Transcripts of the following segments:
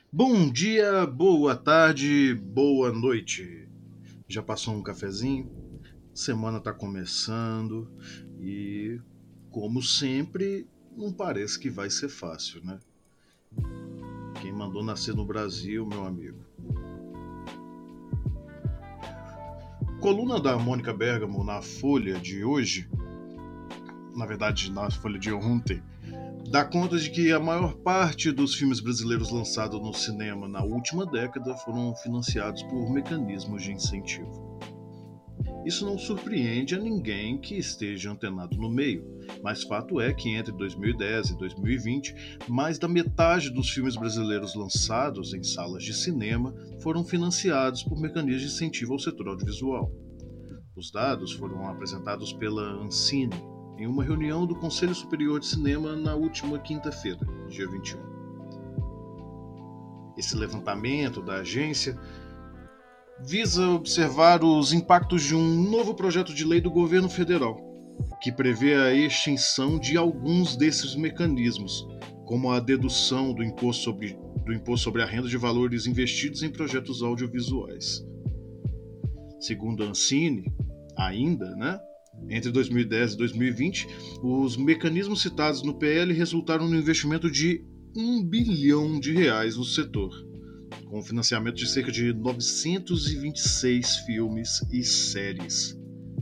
Bom dia, boa tarde, boa noite. Já passou um cafezinho? Semana tá começando e, como sempre, não parece que vai ser fácil, né? Quem mandou nascer no Brasil, meu amigo. Coluna da Mônica Bergamo na Folha de hoje, na verdade na Folha de ontem, dá conta de que a maior parte dos filmes brasileiros lançados no cinema na última década foram financiados por mecanismos de incentivo. Isso não surpreende a ninguém que esteja antenado no meio, mas fato é que entre 2010 e 2020, mais da metade dos filmes brasileiros lançados em salas de cinema foram financiados por mecanismos de incentivo ao setor audiovisual. Os dados foram apresentados pela Ancine em uma reunião do Conselho Superior de Cinema na última quinta-feira, dia 21. Esse levantamento da agência visa observar os impactos de um novo projeto de lei do governo federal, que prevê a extinção de alguns desses mecanismos, como a dedução do imposto sobre a renda de valores investidos em projetos audiovisuais. Segundo a Ancine, ainda, entre 2010 e 2020, os mecanismos citados no PL resultaram no investimento de R$ 1 bilhão no setor, com financiamento de cerca de 926 filmes e séries.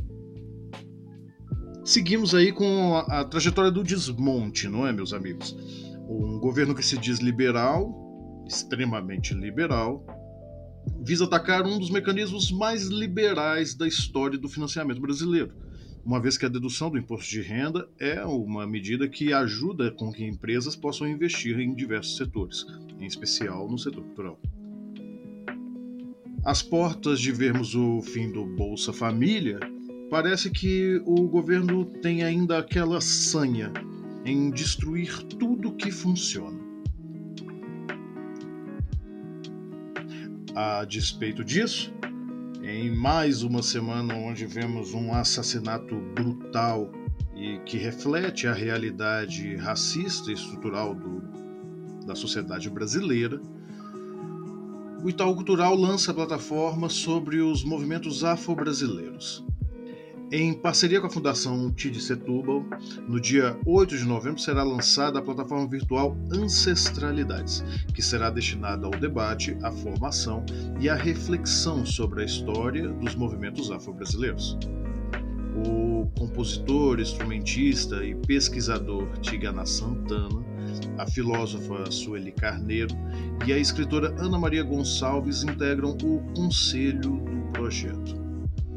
Seguimos aí com a trajetória do desmonte, não é, meus amigos? Um governo que se diz liberal, extremamente liberal, visa atacar um dos mecanismos mais liberais da história do financiamento brasileiro, uma vez que a dedução do imposto de renda é uma medida que ajuda com que empresas possam investir em diversos setores, em especial no setor cultural. Às portas de vermos o fim do Bolsa Família, parece que o governo tem ainda aquela sanha em destruir tudo que funciona. A despeito disso, em mais uma semana onde vemos um assassinato brutal e que reflete a realidade racista e estrutural da sociedade brasileira, o Itaú Cultural lança a plataforma sobre os movimentos afro-brasileiros. Em parceria com a Fundação Tid Setúbal, no dia 8 de novembro será lançada a plataforma virtual Ancestralidades, que será destinada ao debate, à formação e à reflexão sobre a história dos movimentos afro-brasileiros. O compositor, instrumentista e pesquisador Tigana Santana, a filósofa Sueli Carneiro e a escritora Ana Maria Gonçalves integram o conselho do projeto.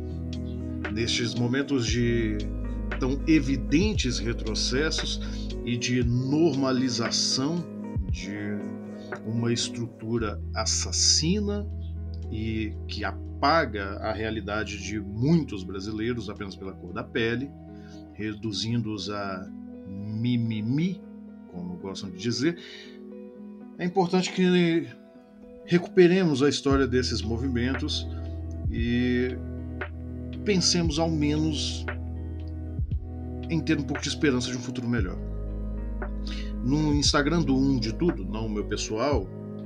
Nestes momentos de tão evidentes retrocessos e de normalização de uma estrutura assassina e que apaga a realidade de muitos brasileiros apenas pela cor da pele, reduzindo-os a mimimi, como gostam de dizer, é importante que recuperemos a história desses movimentos e pensemos ao menos em ter um pouco de esperança de um futuro melhor. No Instagram do de Tudo, não o meu pessoal,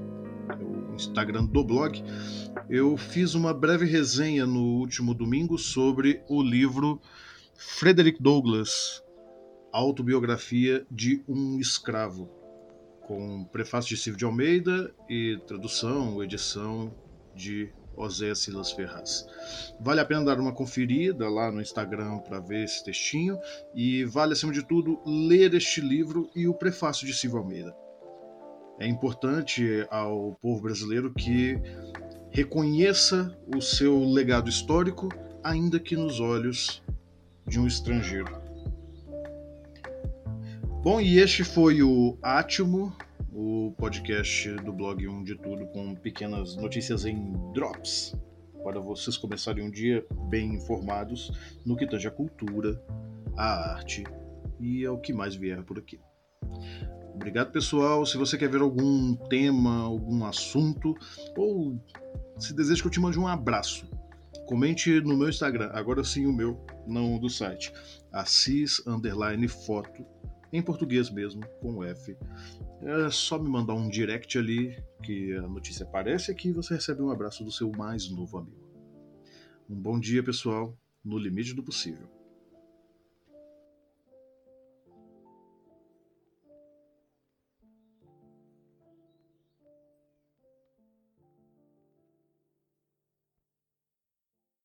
o Instagram do blog, eu fiz uma breve resenha no último domingo sobre o livro Frederick Douglass, Autobiografia de um Escravo, com prefácio de Silvio de Almeida e tradução ou edição de Oséias Silas Ferraz. Vale a pena dar uma conferida lá no Instagram para ver esse textinho e vale, acima de tudo, ler este livro e o prefácio de Silvio Almeida. É importante ao povo brasileiro que reconheça o seu legado histórico, ainda que nos olhos de um estrangeiro. Bom, e este foi o Átimo, o podcast do blog de Tudo, com pequenas notícias em drops, para vocês começarem um dia bem informados no que tange a cultura, a arte e ao que mais vier por aqui. Obrigado, pessoal. Se você quer ver algum tema, algum assunto, ou se deseja que eu te mande um abraço, comente no meu Instagram, agora sim o meu, não do site, assis_foto, em português mesmo, com F. É só me mandar um direct ali que a notícia aparece aqui e você recebe um abraço do seu mais novo amigo. Um bom dia, pessoal, no limite do possível.